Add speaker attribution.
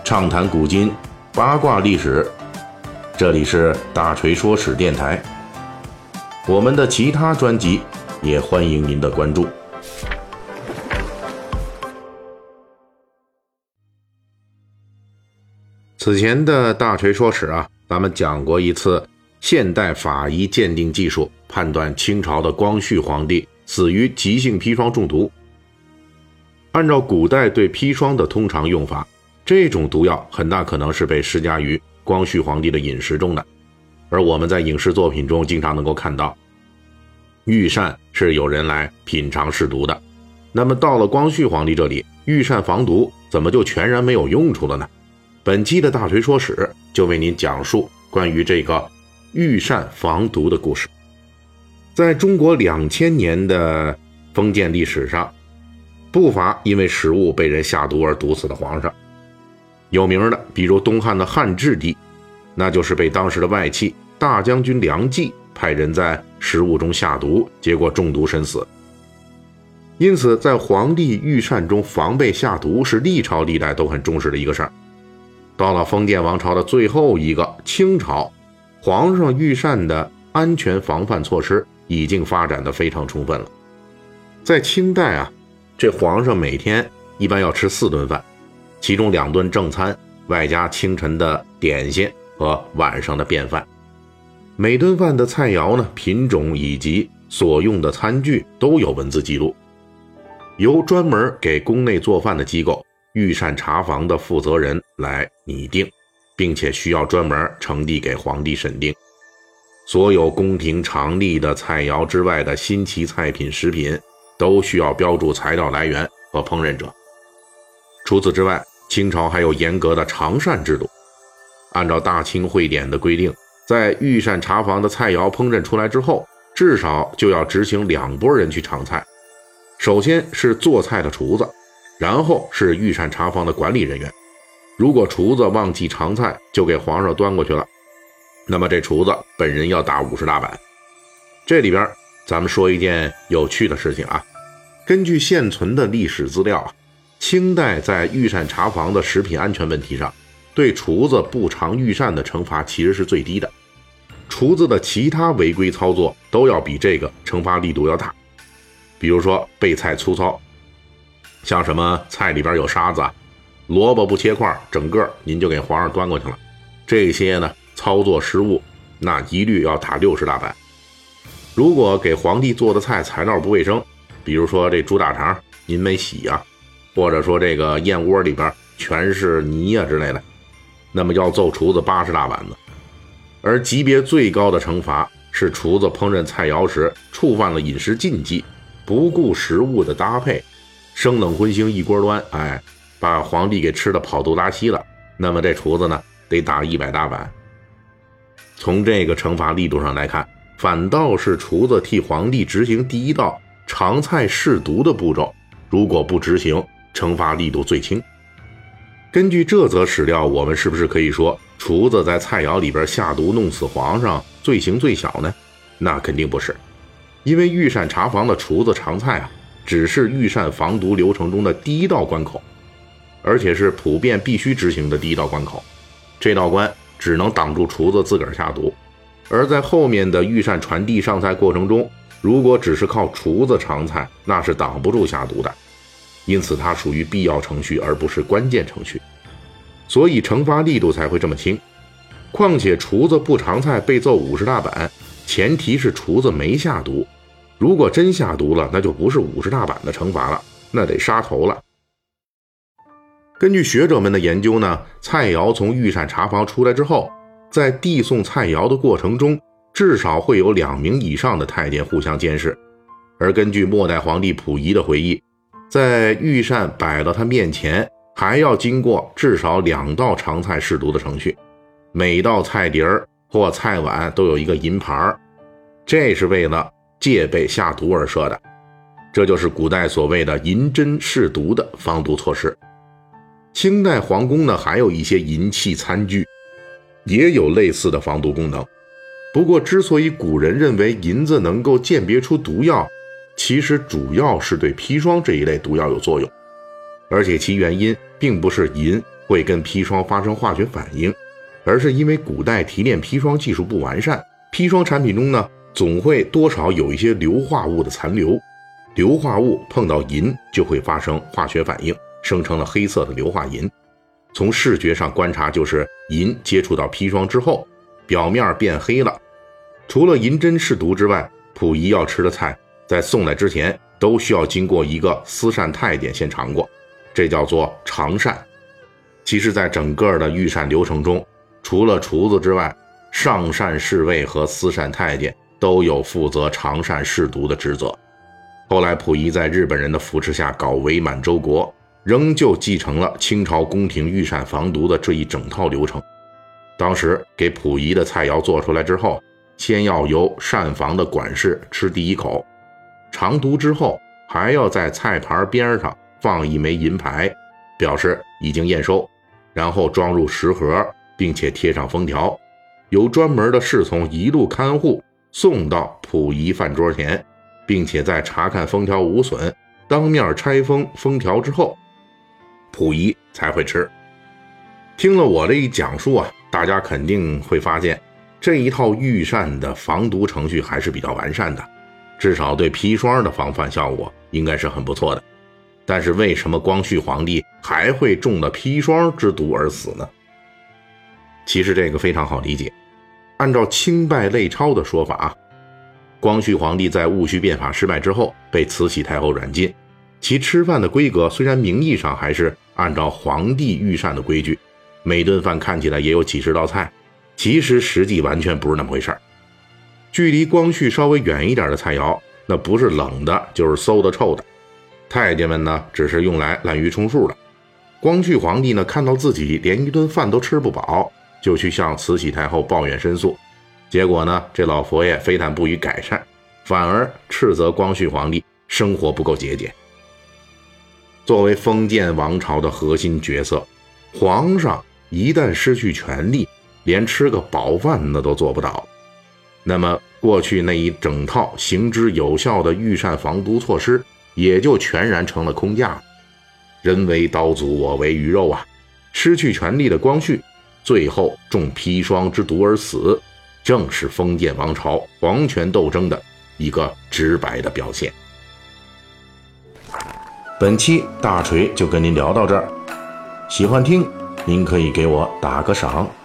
Speaker 1: 畅谈古今，八卦历史。这里是大锤说史电台。我们的其他专辑也欢迎您的关注。此前的大锤说史咱们讲过一次现代法医鉴定技术判断清朝的光绪皇帝死于急性砒霜中毒。按照古代对砒霜的通常用法，这种毒药很大可能是被施加于光绪皇帝的饮食中的，而我们在影视作品中经常能够看到御膳是有人来品尝试毒的。那么到了光绪皇帝这里，御膳防毒怎么就全然没有用处了呢？本期的大锤说史就为您讲述关于这个御膳防毒的故事。在中国2000年的封建历史上，不乏因为食物被人下毒而毒死的皇上。有名的比如东汉的汉质帝，那就是被当时的外戚大将军梁冀派人在食物中下毒，结果中毒身死。因此在皇帝御膳中防备下毒是历朝历代都很重视的一个事儿。到了封建王朝的最后一个清朝，皇上御膳的安全防范措施已经发展得非常充分了。在清代这皇上每天一般要吃4顿饭，其中2顿正餐，外加清晨的点心和晚上的便饭。每顿饭的菜肴呢，品种以及所用的餐具都有文字记录，由专门给宫内做饭的机构御膳茶房的负责人来拟定，并且需要专门呈递给皇帝审定。所有宫廷常例的菜肴之外的新奇菜品食品都需要标注材料来源和烹饪者。除此之外，清朝还有严格的尝膳制度。按照大清会典的规定，在御膳茶房的菜肴烹饪出来之后，至少就要执行2拨人去尝菜。首先是做菜的厨子，然后是御膳茶房的管理人员。如果厨子忘记尝菜就给皇上端过去了，那么这厨子本人要打50大板。这里边咱们说一件有趣的事情根据现存的历史资料清代在御膳茶房的食品安全问题上，对厨子不尝御膳的惩罚其实是最低的，厨子的其他违规操作都要比这个惩罚力度要大。比如说备菜粗糙，像什么菜里边有沙子萝卜不切块，整个您就给皇上端过去了，这些呢操作失误，那一律要打60大板。如果给皇帝做的菜材料不卫生，比如说这猪大肠您没洗或者说这个燕窝里边全是泥之类的，那么要揍厨子80大板子。而级别最高的惩罚是厨子烹饪菜肴时触犯了饮食禁忌，不顾食物的搭配，生冷荤腥一锅端，把皇帝给吃的跑肚拉稀了，那么这厨子呢得打100大板。从这个惩罚力度上来看，反倒是厨子替皇帝执行第一道尝菜试毒的步骤，如果不执行，惩罚力度最轻。根据这则史料，我们是不是可以说厨子在菜肴里边下毒弄死皇上罪行最小呢？那肯定不是，因为御膳茶房的厨子尝菜只是御膳防毒流程中的第一道关口，而且是普遍必须执行的第一道关口。这道关只能挡住厨子自个儿下毒，而在后面的御膳传递上菜过程中，如果只是靠厨子尝菜，那是挡不住下毒的。因此它属于必要程序而不是关键程序，所以惩罚力度才会这么轻。况且厨子不尝菜被揍50大板，前提是厨子没下毒，如果真下毒了，那就不是50大板的惩罚了，那得杀头了。根据学者们的研究呢，菜肴从御膳茶房出来之后，在递送菜肴的过程中，至少会有2名以上的太监互相监视。而根据末代皇帝溥仪的回忆，在御膳摆到他面前，还要经过至少2道尝菜试毒的程序，每道菜碟或菜碗都有一个银牌，这是为了戒备下毒而设的。这就是古代所谓的银针试毒的防毒措施。清代皇宫呢，还有一些银器餐具也有类似的防毒功能。不过之所以古人认为银子能够鉴别出毒药，其实主要是对砒霜这一类毒药有作用，而且其原因并不是银会跟砒霜发生化学反应，而是因为古代提炼砒霜技术不完善，砒霜产品中呢总会多少有一些硫化物的残留，硫化物碰到银就会发生化学反应，生成了黑色的硫化银。从视觉上观察，就是银接触到砒霜之后，表面变黑了。除了银针试毒之外，溥仪要吃的菜在送来之前都需要经过一个司膳太监先尝过，这叫做尝膳。其实在整个的御膳流程中，除了厨子之外，上膳侍卫和司膳太监都有负责尝膳试毒的职责。后来溥仪在日本人的扶持下搞伪满洲国，仍旧继承了清朝宫廷御膳防毒的这一整套流程。当时给溥仪的菜肴做出来之后，先要由膳房的管事吃第一口，尝毒之后还要在菜盘边上放一枚银牌，表示已经验收，然后装入食盒，并且贴上封条，由专门的侍从一路看护送到溥仪饭桌前，并且在查看封条无损，当面拆封封条之后，溥仪才会吃。听了我这一讲述啊，大家肯定会发现这一套御膳的防毒程序还是比较完善的，至少对砒霜的防范效果应该是很不错的。但是为什么光绪皇帝还会中了砒霜之毒而死呢？其实这个非常好理解。按照清败类钞的说法，光绪皇帝在戊戌变法失败之后被慈禧太后软禁，其吃饭的规格虽然名义上还是按照皇帝御膳的规矩，每顿饭看起来也有几十道菜，其实实际完全不是那么回事。距离光绪稍微远一点的菜肴，那不是冷的就是馊的臭的，太监们呢只是用来滥竽充数的。光绪皇帝呢看到自己连一顿饭都吃不饱，就去向慈禧太后抱怨申诉，结果呢这老佛爷非但不予改善，反而斥责光绪皇帝生活不够节俭。作为封建王朝的核心角色，皇上一旦失去权力，连吃个饱饭那都做不到，那么过去那一整套行之有效的御膳防毒措施也就全然成了空架了。人为刀俎，我为鱼肉啊！失去权力的光绪最后中砒霜之毒而死，正是封建王朝皇权斗争的一个直白的表现。本期大锤就跟您聊到这儿，喜欢听您可以给我打个赏。